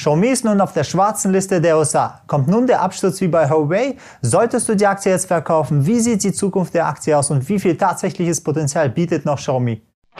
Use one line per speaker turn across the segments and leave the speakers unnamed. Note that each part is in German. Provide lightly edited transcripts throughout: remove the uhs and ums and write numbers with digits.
Xiaomi ist nun auf der schwarzen Liste der USA. Kommt nun der Absturz wie bei Huawei? Solltest du die Aktie jetzt verkaufen? Wie sieht die Zukunft der Aktie aus und wie viel tatsächliches Potenzial bietet noch Xiaomi?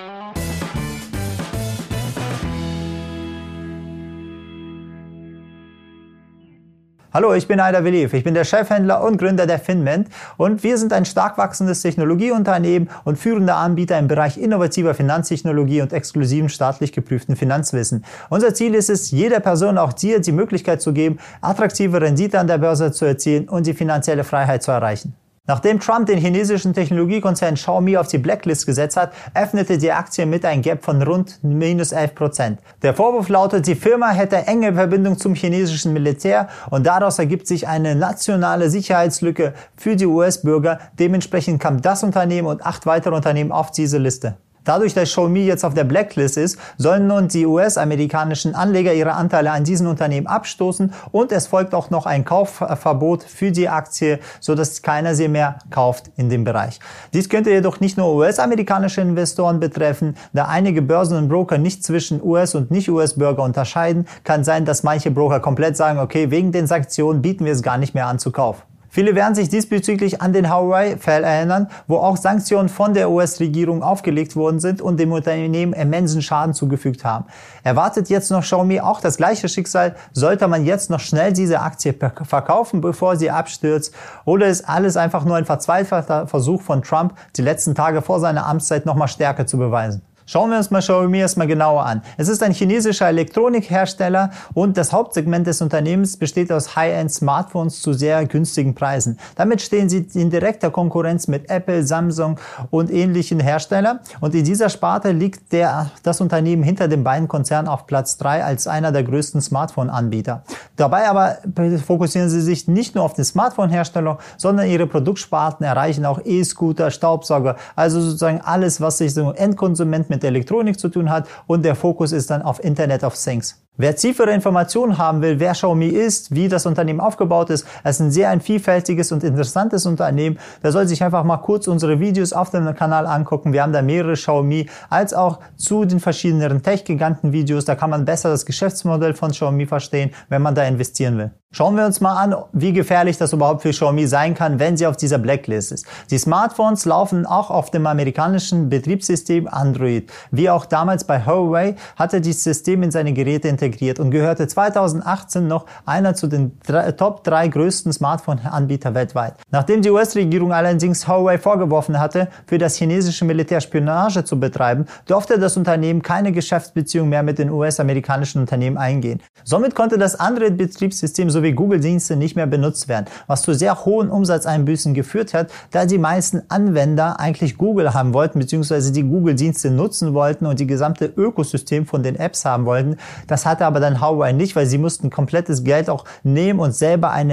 Hallo, ich bin Aida Veliv. Ich bin der Chefhändler und Gründer der Finment und wir sind ein stark wachsendes Technologieunternehmen und führender Anbieter im Bereich innovativer Finanztechnologie und exklusiven staatlich geprüften Finanzwissen. Unser Ziel ist es, jeder Person, auch dir, die Möglichkeit zu geben, attraktive Rendite an der Börse zu erzielen und die finanzielle Freiheit zu erreichen. Nachdem Trump den chinesischen Technologiekonzern Xiaomi auf die Blacklist gesetzt hat, öffnete die Aktie mit einem Gap von rund minus 11%. Der Vorwurf lautet, die Firma hätte enge Verbindung zum chinesischen Militär und daraus ergibt sich eine nationale Sicherheitslücke für die US-Bürger. Dementsprechend kam das Unternehmen und 8 weitere Unternehmen auf diese Liste. Dadurch, dass Xiaomi jetzt auf der Blacklist ist, sollen nun die US-amerikanischen Anleger ihre Anteile an diesen Unternehmen abstoßen und es folgt auch noch ein Kaufverbot für die Aktie, sodass keiner sie mehr kauft in dem Bereich. Dies könnte jedoch nicht nur US-amerikanische Investoren betreffen, da einige Börsen und Broker nicht zwischen US- und Nicht-US-Bürger unterscheiden, kann sein, dass manche Broker komplett sagen, okay, wegen den Sanktionen bieten wir es gar nicht mehr an zu kaufen. Viele werden sich diesbezüglich an den Huawei-Fall erinnern, wo auch Sanktionen von der US-Regierung aufgelegt worden sind und dem Unternehmen immensen Schaden zugefügt haben. Erwartet jetzt noch Xiaomi auch das gleiche Schicksal? Sollte man jetzt noch schnell diese Aktie verkaufen, bevor sie abstürzt? Oder ist alles einfach nur ein verzweifelter Versuch von Trump, die letzten Tage vor seiner Amtszeit nochmal Stärke zu beweisen? Schauen wir uns mal Xiaomi erstmal genauer an. Es ist ein chinesischer Elektronikhersteller und das Hauptsegment des Unternehmens besteht aus High-End-Smartphones zu sehr günstigen Preisen. Damit stehen sie in direkter Konkurrenz mit Apple, Samsung und ähnlichen Herstellern. Und in dieser Sparte liegt das Unternehmen hinter den beiden Konzernen auf Platz 3 als einer der größten Smartphone-Anbieter. Dabei aber fokussieren sie sich nicht nur auf den Smartphone-Hersteller, sondern ihre Produktsparten erreichen auch E-Scooter, Staubsauger, also sozusagen alles, was sich so Endkonsument mit Elektronik zu tun hat und der Fokus ist dann auf Internet of Things. Wer tiefere Informationen haben will, wer Xiaomi ist, wie das Unternehmen aufgebaut ist, es ist ein vielfältiges und interessantes Unternehmen, der soll sich einfach mal kurz unsere Videos auf dem Kanal angucken. Wir haben da mehrere Xiaomi, als auch zu den verschiedenen Tech-Giganten-Videos. Da kann man besser das Geschäftsmodell von Xiaomi verstehen, wenn man da investieren will. Schauen wir uns mal an, wie gefährlich das überhaupt für Xiaomi sein kann, wenn sie auf dieser Blacklist ist. Die Smartphones laufen auch auf dem amerikanischen Betriebssystem Android. Wie auch damals bei Huawei hatte dieses System in seine Geräte integriert und gehörte 2018 noch einer zu den Top 3 größten Smartphone-Anbieter weltweit. Nachdem die US-Regierung allerdings Huawei vorgeworfen hatte, für das chinesische Militär Spionage zu betreiben, durfte das Unternehmen keine Geschäftsbeziehung mehr mit den US-amerikanischen Unternehmen eingehen. Somit konnte das Android-Betriebssystem sowie Google-Dienste nicht mehr benutzt werden, was zu sehr hohen Umsatzeinbüßen geführt hat, da die meisten Anwender eigentlich Google haben wollten, beziehungsweise die Google-Dienste nutzen wollten und die gesamte Ökosystem von den Apps haben wollten. Das hatte aber dann Huawei nicht, weil sie mussten komplettes Geld auch nehmen und selber ein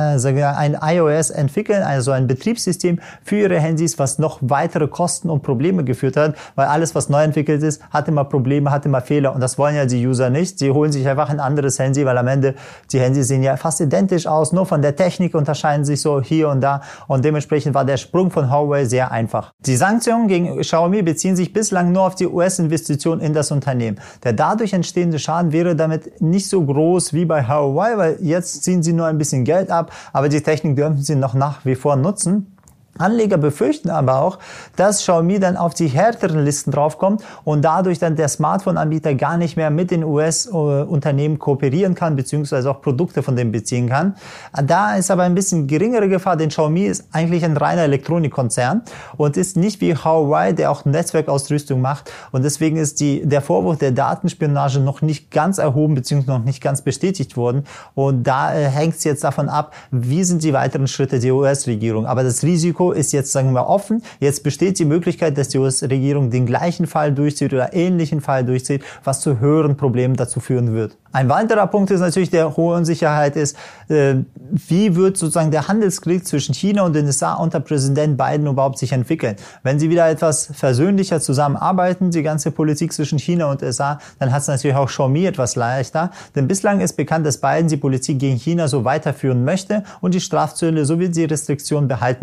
iOS entwickeln, also ein Betriebssystem für ihre Handys, was noch weitere Kosten und Probleme geführt hat, weil alles, was neu entwickelt ist, hat immer Probleme, hat immer Fehler und das wollen ja die User nicht. Sie holen sich einfach ein anderes Handy, weil am Ende die Handys sehen ja fast identisch aus, nur von der Technik unterscheiden sich so hier und da und dementsprechend war der Sprung von Huawei sehr einfach. Die Sanktionen gegen Xiaomi beziehen sich bislang nur auf die US-Investition in das Unternehmen. Der dadurch entstehende Schaden wäre damit nicht so groß wie bei Huawei, weil jetzt ziehen sie nur ein bisschen Geld ab, aber die Technik dürfen sie noch nach wie vor nutzen. Anleger befürchten aber auch, dass Xiaomi dann auf die härteren Listen draufkommt und dadurch dann der Smartphone-Anbieter gar nicht mehr mit den US-Unternehmen kooperieren kann, beziehungsweise auch Produkte von denen beziehen kann. Da ist aber ein bisschen geringere Gefahr, denn Xiaomi ist eigentlich ein reiner Elektronikkonzern und ist nicht wie Huawei, der auch Netzwerkausrüstung macht und deswegen ist der Vorwurf der Datenspionage noch nicht ganz erhoben, beziehungsweise noch nicht ganz bestätigt worden und da hängt es jetzt davon ab, wie sind die weiteren Schritte der US-Regierung. Aber das Risiko ist jetzt, sagen wir, offen. Jetzt besteht die Möglichkeit, dass die US-Regierung den gleichen Fall durchzieht oder ähnlichen Fall durchzieht, was zu höheren Problemen dazu führen wird. Ein weiterer Punkt ist natürlich, der hohe Unsicherheit ist, wie wird sozusagen der Handelskrieg zwischen China und den USA unter Präsident Biden überhaupt sich entwickeln. Wenn sie wieder etwas versöhnlicher zusammenarbeiten, die ganze Politik zwischen China und USA, dann hat es natürlich auch Xiaomi etwas leichter. Denn bislang ist bekannt, dass Biden die Politik gegen China so weiterführen möchte und die Strafzölle sowie die Restriktionen behalten möchte.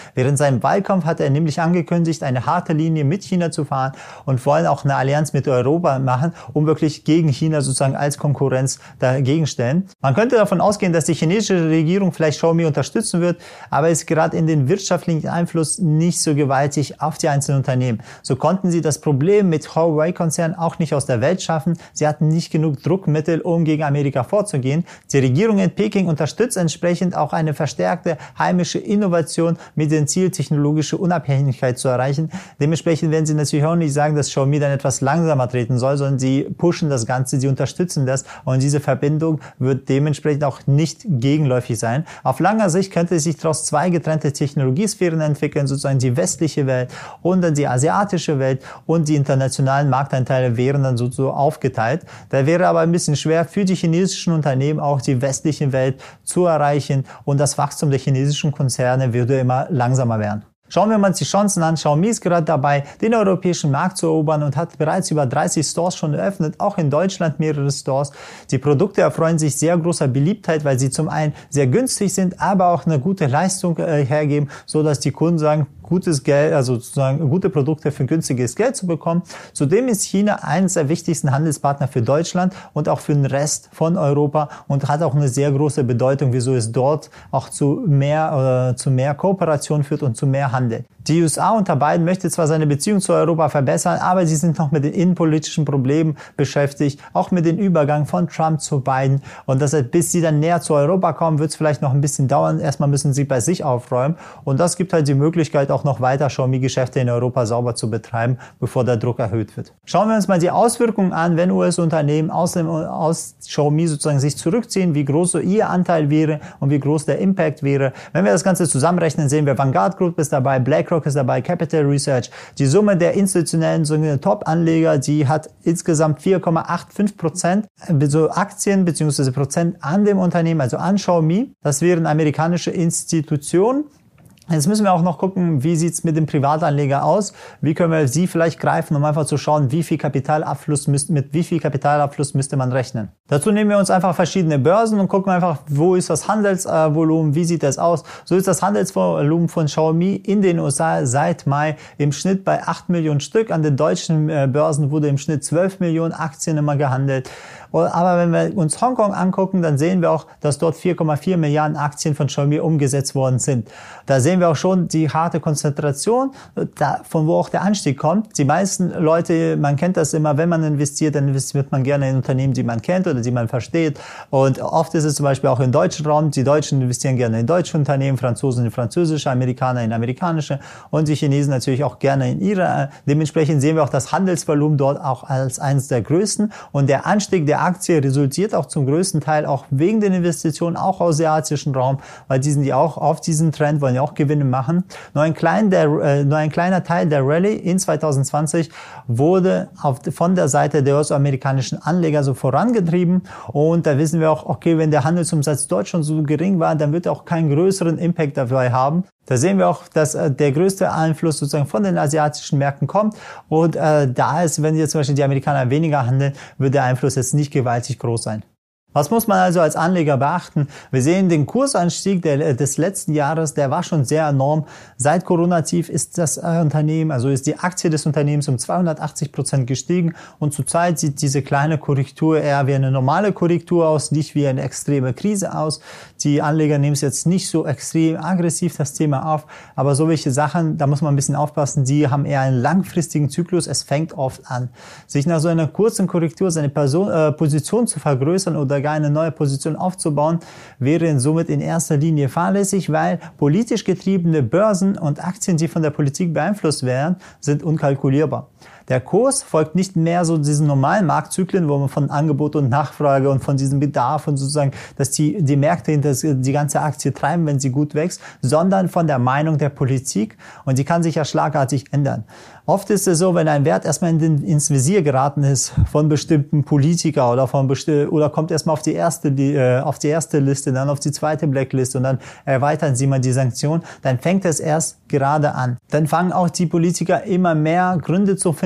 Während seinem Wahlkampf hat er nämlich angekündigt, eine harte Linie mit China zu fahren und wollen auch eine Allianz mit Europa machen, um wirklich gegen China sozusagen als Konkurrenz dagegen stellen. Man könnte davon ausgehen, dass die chinesische Regierung vielleicht Xiaomi unterstützen wird, aber ist gerade in den wirtschaftlichen Einfluss nicht so gewaltig auf die einzelnen Unternehmen. So konnten sie das Problem mit Huawei-Konzern auch nicht aus der Welt schaffen. Sie hatten nicht genug Druckmittel, um gegen Amerika vorzugehen. Die Regierung in Peking unterstützt entsprechend auch eine verstärkte heimische Innovation mit dem Ziel, technologische Unabhängigkeit zu erreichen. Dementsprechend werden sie natürlich auch nicht sagen, dass Xiaomi dann etwas langsamer treten soll, sondern sie pushen das Ganze, sie unterstützen das und diese Verbindung wird dementsprechend auch nicht gegenläufig sein. Auf langer Sicht könnte sich daraus zwei getrennte Technologiesphären entwickeln, sozusagen die westliche Welt und dann die asiatische Welt und die internationalen Markteinteile wären dann so aufgeteilt. Da wäre aber ein bisschen schwer für die chinesischen Unternehmen auch die westliche Welt zu erreichen und das Wachstum der chinesischen Konzerne würde immer langsamer werden. Schauen wir uns die Chancen an. Xiaomi ist gerade dabei, den europäischen Markt zu erobern und hat bereits über 30 Stores schon eröffnet, auch in Deutschland mehrere Stores. Die Produkte erfreuen sich sehr großer Beliebtheit, weil sie zum einen sehr günstig sind, aber auch eine gute Leistung hergeben, so dass die Kunden sagen, gutes Geld, also sozusagen gute Produkte für günstiges Geld zu bekommen. Zudem ist China eines der wichtigsten Handelspartner für Deutschland und auch für den Rest von Europa und hat auch eine sehr große Bedeutung, wieso es dort auch zu mehr Kooperation führt und zu mehr Handel. Die USA unter Biden möchte zwar seine Beziehung zu Europa verbessern, aber sie sind noch mit den innenpolitischen Problemen beschäftigt, auch mit dem Übergang von Trump zu Biden. Und deshalb, bis sie dann näher zu Europa kommen, wird es vielleicht noch ein bisschen dauern. Erstmal müssen sie bei sich aufräumen. Und das gibt halt die Möglichkeit, auch noch weiter Xiaomi-Geschäfte in Europa sauber zu betreiben, bevor der Druck erhöht wird. Schauen wir uns mal die Auswirkungen an, wenn US-Unternehmen aus Xiaomi sozusagen sich zurückziehen, wie groß so ihr Anteil wäre und wie groß der Impact wäre. Wenn wir das Ganze zusammenrechnen, sehen wir, Vanguard Group ist dabei, BlackRock ist dabei, Capital Research. Die Summe der institutionellen Top-Anleger, die hat insgesamt 4,85% so Aktien bzw. Prozent an dem Unternehmen, also an Xiaomi. Das wären amerikanische Institutionen. Jetzt müssen wir auch noch gucken, wie sieht's mit dem Privatanleger aus? Wie können wir sie vielleicht greifen, um einfach zu schauen, mit wie viel Kapitalabfluss müsste man rechnen? Dazu nehmen wir uns einfach verschiedene Börsen und gucken einfach, wo ist das Handelsvolumen, wie sieht das aus? So ist das Handelsvolumen von Xiaomi in den USA seit Mai im Schnitt bei 8 Millionen Stück. An den deutschen Börsen wurde im Schnitt 12 Millionen Aktien immer gehandelt. Aber wenn wir uns Hongkong angucken, dann sehen wir auch, dass dort 4,4 Milliarden Aktien von Xiaomi umgesetzt worden sind. Da sehen wir auch schon die harte Konzentration, von wo auch der Anstieg kommt. Die meisten Leute, man kennt das immer, wenn man investiert, dann investiert man gerne in Unternehmen, die man kennt oder die man versteht. Und oft ist es zum Beispiel auch im deutschen Raum, die Deutschen investieren gerne in deutsche Unternehmen, Franzosen in französische, Amerikaner in amerikanische und die Chinesen natürlich auch gerne in ihre. Dementsprechend sehen wir auch das Handelsvolumen dort auch als eines der größten. Und der Anstieg der Aktie resultiert auch zum größten Teil auch wegen den Investitionen, auch aus dem asiatischen Raum, weil die sind ja auch auf diesen Trend, wollen ja auch Gewinne machen. Nur ein kleiner Teil der Rallye in 2020 wurde von der Seite der US-amerikanischen Anleger so vorangetrieben und da wissen wir auch, okay, wenn der Handelsumsatz dort schon so gering war, dann wird er auch keinen größeren Impact dabei haben. Da sehen wir auch, dass der größte Einfluss sozusagen von den asiatischen Märkten kommt und da ist, wenn jetzt zum Beispiel die Amerikaner weniger handeln, wird der Einfluss jetzt nicht gewaltig groß sein. Was muss man also als Anleger beachten? Wir sehen den Kursanstieg des letzten Jahres, der war schon sehr enorm. Seit Corona-Tief ist das Unternehmen, also ist die Aktie des Unternehmens um 280% gestiegen und zurzeit sieht diese kleine Korrektur eher wie eine normale Korrektur aus, nicht wie eine extreme Krise aus. Die Anleger nehmen es jetzt nicht so extrem aggressiv das Thema auf, aber so welche Sachen, da muss man ein bisschen aufpassen, die haben eher einen langfristigen Zyklus. Es fängt oft an, sich nach so einer kurzen Korrektur seine Position zu vergrößern oder gar eine neue Position aufzubauen, wäre somit in erster Linie fahrlässig, weil politisch getriebene Börsen und Aktien, die von der Politik beeinflusst werden, sind unkalkulierbar. Der Kurs folgt nicht mehr so diesen normalen Marktzyklen, wo man von Angebot und Nachfrage und von diesem Bedarf und sozusagen, dass die Märkte die ganze Aktie treiben, wenn sie gut wächst, sondern von der Meinung der Politik und die kann sich ja schlagartig ändern. Oft ist es so, wenn ein Wert erstmal ins Visier geraten ist von bestimmten Politikern oder kommt erstmal auf die erste Liste, dann auf die zweite Blacklist und dann erweitern sie mal die Sanktionen, dann fängt es erst gerade an. Dann fangen auch die Politiker immer mehr Gründe zu finden,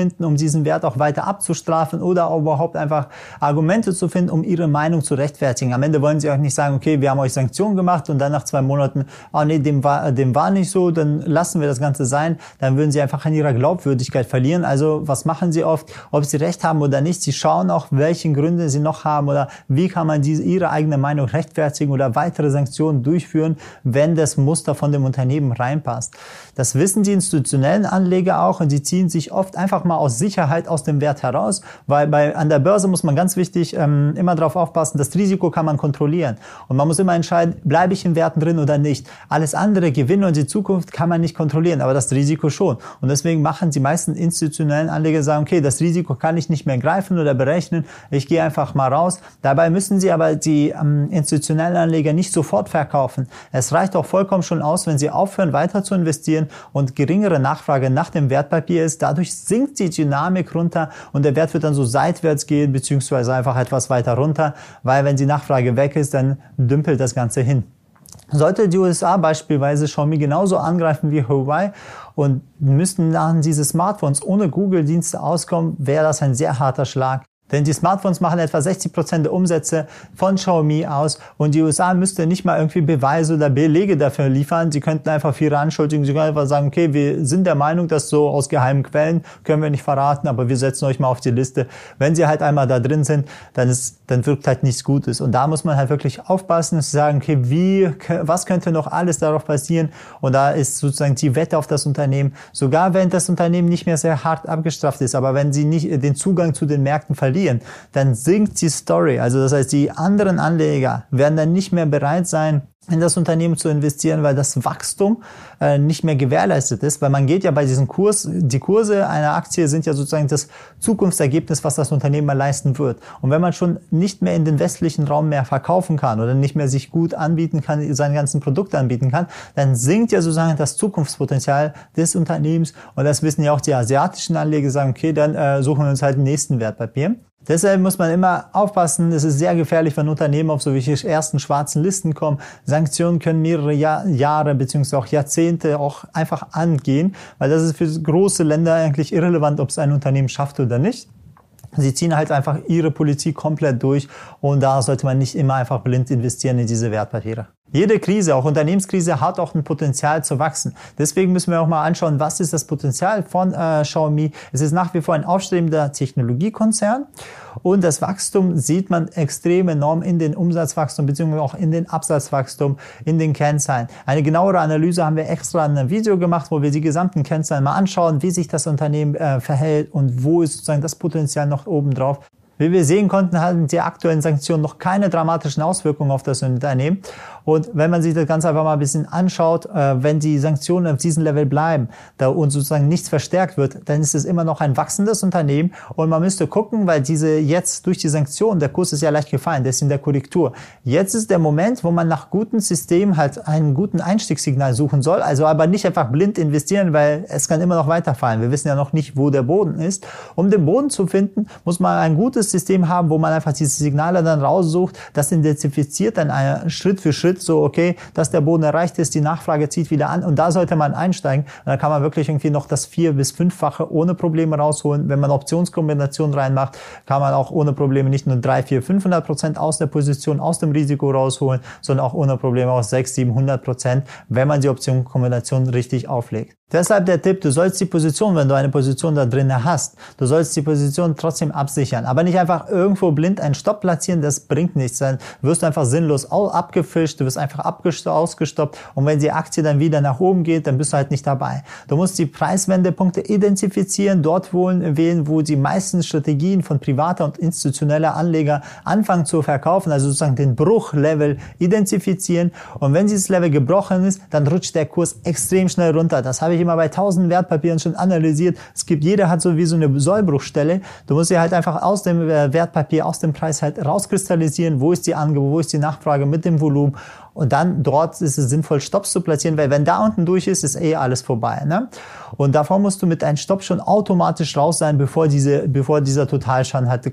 finden, um diesen Wert auch weiter abzustrafen oder auch überhaupt einfach Argumente zu finden, um ihre Meinung zu rechtfertigen. Am Ende wollen sie auch nicht sagen, okay, wir haben euch Sanktionen gemacht und dann nach 2 Monaten, oh nee, dem war nicht so, dann lassen wir das Ganze sein. Dann würden sie einfach an ihrer Glaubwürdigkeit verlieren. Also was machen sie oft? Ob sie recht haben oder nicht, sie schauen auch, welche Gründe sie noch haben oder wie kann man ihre eigene Meinung rechtfertigen oder weitere Sanktionen durchführen, wenn das Muster von dem Unternehmen reinpasst. Das wissen die institutionellen Anleger auch und sie ziehen sich oft einfach mal aus Sicherheit aus dem Wert heraus, weil an der Börse muss man ganz wichtig immer darauf aufpassen, das Risiko kann man kontrollieren und man muss immer entscheiden, bleibe ich in Werten drin oder nicht. Alles andere, Gewinne und die Zukunft kann man nicht kontrollieren, aber das Risiko schon. Und deswegen machen die meisten institutionellen Anleger sagen, okay, das Risiko kann ich nicht mehr greifen oder berechnen, ich gehe einfach mal raus. Dabei müssen sie aber die institutionellen Anleger nicht sofort verkaufen. Es reicht auch vollkommen schon aus, wenn sie aufhören, weiter zu investieren und geringere Nachfrage nach dem Wertpapier ist. Dadurch sinkt die Dynamik runter und der Wert wird dann so seitwärts gehen, beziehungsweise einfach etwas weiter runter, weil wenn die Nachfrage weg ist, dann dümpelt das Ganze hin. Sollte die USA beispielsweise Xiaomi genauso angreifen wie Huawei und müssten dann diese Smartphones ohne Google-Dienste auskommen, wäre das ein sehr harter Schlag. Denn die Smartphones machen etwa 60% der Umsätze von Xiaomi aus und die USA müsste nicht mal irgendwie Beweise oder Belege dafür liefern. Sie könnten einfach für ihre Anschuldigungen, sie können einfach sagen, okay, wir sind der Meinung, dass so aus geheimen Quellen, können wir nicht verraten, aber wir setzen euch mal auf die Liste. Wenn sie halt einmal da drin sind, dann wirkt halt nichts Gutes. Und da muss man halt wirklich aufpassen und sagen, okay, was könnte noch alles darauf passieren? Und da ist sozusagen die Wette auf das Unternehmen, sogar wenn das Unternehmen nicht mehr sehr hart abgestraft ist, aber wenn sie nicht den Zugang zu den Märkten verlieren, dann sinkt die Story. Also das heißt, die anderen Anleger werden dann nicht mehr bereit sein, in das Unternehmen zu investieren, weil das Wachstum nicht mehr gewährleistet ist, weil man geht ja bei diesem Kurs, die Kurse einer Aktie sind ja sozusagen das Zukunftsergebnis, was das Unternehmen mal leisten wird. Und wenn man schon nicht mehr in den westlichen Raum mehr verkaufen kann oder nicht mehr sich gut anbieten kann, seine ganzen Produkte anbieten kann, dann sinkt ja sozusagen das Zukunftspotenzial des Unternehmens und das wissen ja auch die asiatischen Anleger, sagen, okay, dann suchen wir uns halt den nächsten Wertpapier. Deshalb muss man immer aufpassen, es ist sehr gefährlich, wenn Unternehmen auf solche ersten schwarzen Listen kommen. Sanktionen können mehrere Jahre bzw. auch Jahrzehnte auch einfach angehen, weil das ist für große Länder eigentlich irrelevant, ob es ein Unternehmen schafft oder nicht. Sie ziehen halt einfach ihre Politik komplett durch und da sollte man nicht immer einfach blind investieren in diese Wertpapiere. Jede Krise, auch Unternehmenskrise, hat auch ein Potenzial zu wachsen. Deswegen müssen wir auch mal anschauen, was ist das Potenzial von Xiaomi. Es ist nach wie vor ein aufstrebender Technologiekonzern und das Wachstum sieht man extrem enorm in den Umsatzwachstum bzw. auch in den Absatzwachstum, in den Kennzahlen. Eine genauere Analyse haben wir extra in einem Video gemacht, wo wir die gesamten Kennzahlen mal anschauen, wie sich das Unternehmen verhält und wo ist sozusagen das Potenzial noch oben drauf. Wie wir sehen konnten, hatten die aktuellen Sanktionen noch keine dramatischen Auswirkungen auf das Unternehmen. Und wenn man sich das Ganze einfach mal ein bisschen anschaut, wenn die Sanktionen auf diesem Level bleiben und sozusagen nichts verstärkt wird, dann ist es immer noch ein wachsendes Unternehmen. Und man müsste gucken, weil jetzt durch die Sanktionen, der Kurs ist ja leicht gefallen, der ist in der Korrektur. Jetzt ist der Moment, wo man nach guten Systemen halt einen guten Einstiegssignal suchen soll. Also aber nicht einfach blind investieren, weil es kann immer noch weiterfallen. Wir wissen ja noch nicht, wo der Boden ist. Um den Boden zu finden, muss man ein gutes System haben, wo man einfach diese Signale dann raussucht, das identifiziert dann Schritt für Schritt so, okay, dass der Boden erreicht ist, die Nachfrage zieht wieder an und da sollte man einsteigen. Und dann kann man wirklich irgendwie noch das 4- bis 5-fache ohne Probleme rausholen. Wenn man Optionskombinationen reinmacht, kann man auch ohne Probleme nicht nur 300, 400, 500% aus der Position, aus dem Risiko rausholen, sondern auch ohne Probleme auch 600, 700%, wenn man die Optionskombination richtig auflegt. Deshalb der Tipp, du sollst die Position, wenn du eine Position da drin hast, du sollst die Position trotzdem absichern, aber nicht einfach irgendwo blind einen Stopp platzieren, das bringt nichts, dann wirst du einfach sinnlos abgefischt, du wirst einfach ausgestoppt und wenn die Aktie dann wieder nach oben geht, dann bist du halt nicht dabei. Du musst die Preiswendepunkte identifizieren, dort wählen, wo die meisten Strategien von privater und institutioneller Anleger anfangen zu verkaufen, also sozusagen den Bruchlevel identifizieren und wenn dieses Level gebrochen ist, dann rutscht der Kurs extrem schnell runter. Das habe ich immer bei 1000 Wertpapieren schon analysiert. Jeder hat so wie so eine Sollbruchstelle. Du musst ja halt einfach aus dem Wertpapier, aus dem Preis halt rauskristallisieren, wo ist die Angebot, wo ist die Nachfrage mit dem Volumen. Und dann dort ist es sinnvoll, Stopps zu platzieren, weil wenn da unten durch ist, ist alles vorbei. Ne? Und davor musst du mit einem Stopp schon automatisch raus sein, bevor dieser Totalschaden halt kommt.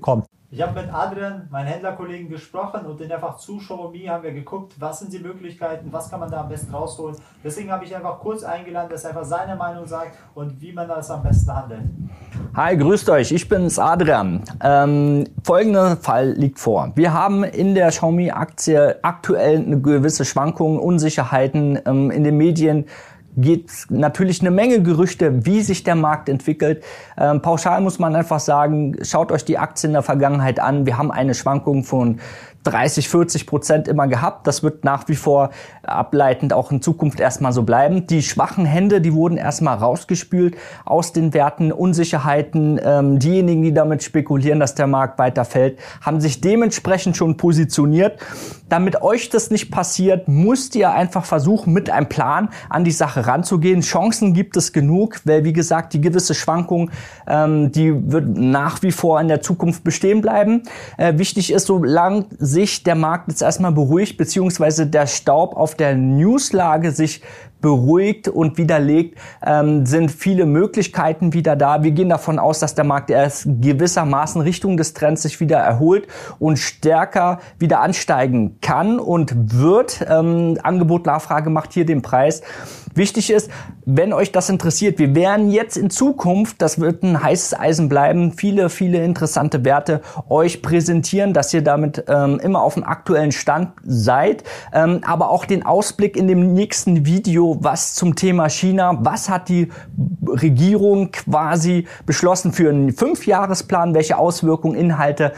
Ich habe mit Adrian, meinem Händlerkollegen, gesprochen und in einfach zu Show.me haben wir geguckt, was sind die Möglichkeiten, was kann man da am besten rausholen. Deswegen habe ich einfach kurz eingeladen, dass er einfach seine Meinung sagt und wie man das am besten handelt.
Hi, grüßt euch, ich bin's Adrian. Folgender Fall liegt vor. Wir haben in der Xiaomi-Aktie aktuell eine gewisse Schwankungen, Unsicherheiten in den Medien. Geht natürlich eine Menge Gerüchte, wie sich der Markt entwickelt. Pauschal muss man einfach sagen, schaut euch die Aktie in der Vergangenheit an. Wir haben eine Schwankung von 30-40% immer gehabt. Das wird nach wie vor ableitend auch in Zukunft erstmal so bleiben. Die schwachen Hände, die wurden erstmal rausgespült aus den Werten, Unsicherheiten. Diejenigen, die damit spekulieren, dass der Markt weiter fällt, haben sich dementsprechend schon positioniert. Damit euch das nicht passiert, müsst ihr einfach versuchen, mit einem Plan an die Sache ranzugehen. Chancen gibt es genug, weil wie gesagt, die gewisse Schwankung, die wird nach wie vor in der Zukunft bestehen bleiben. Wichtig ist, solange sich der Markt jetzt erstmal beruhigt, beziehungsweise der Staub auf der Newslage sich beruhigt und widerlegt, sind viele Möglichkeiten wieder da. Wir gehen davon aus, dass der Markt erst gewissermaßen Richtung des Trends sich wieder erholt und stärker wieder ansteigen kann und wird. Angebot, Nachfrage macht hier den Preis. Wichtig ist, wenn euch das interessiert, wir werden jetzt in Zukunft, das wird ein heißes Eisen bleiben, viele interessante Werte euch präsentieren, dass ihr damit immer auf dem aktuellen Stand seid, aber auch den Ausblick in dem nächsten Video, was zum Thema China, was hat die Regierung quasi beschlossen für einen 5-Jahresplan, welche Auswirkungen, Inhalte,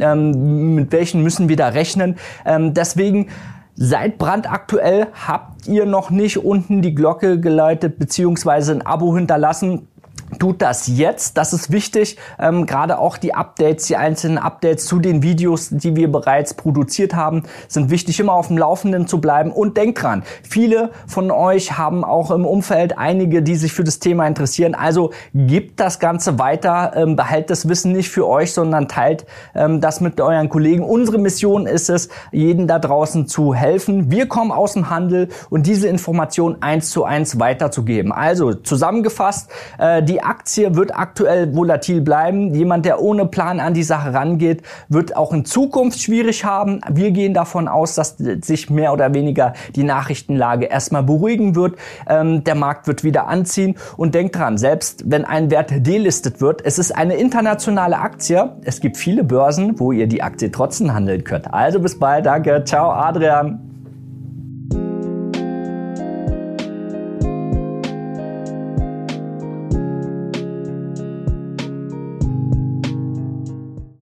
mit welchen müssen wir da rechnen. Deswegen seid brandaktuell, habt ihr noch nicht unten die Glocke geläutet beziehungsweise ein Abo hinterlassen. Tut das jetzt, das ist wichtig, gerade auch die Updates, die einzelnen Updates zu den Videos, die wir bereits produziert haben, sind wichtig, immer auf dem Laufenden zu bleiben und denkt dran, viele von euch haben auch im Umfeld einige, die sich für das Thema interessieren, also gebt das Ganze weiter, behaltet das Wissen nicht für euch, sondern teilt das mit euren Kollegen. Unsere Mission ist es, jedem da draußen zu helfen. Wir kommen aus dem Handel und diese Information 1:1 weiterzugeben. Also zusammengefasst, die Aktie wird aktuell volatil bleiben. Jemand, der ohne Plan an die Sache rangeht, wird auch in Zukunft schwierig haben. Wir gehen davon aus, dass sich mehr oder weniger die Nachrichtenlage erstmal beruhigen wird. Der Markt wird wieder anziehen. Und denkt dran, selbst wenn ein Wert delistet wird, es ist eine internationale Aktie. Es gibt viele Börsen, wo ihr die Aktie trotzdem handeln könnt. Also bis bald. Danke. Ciao, Adrian.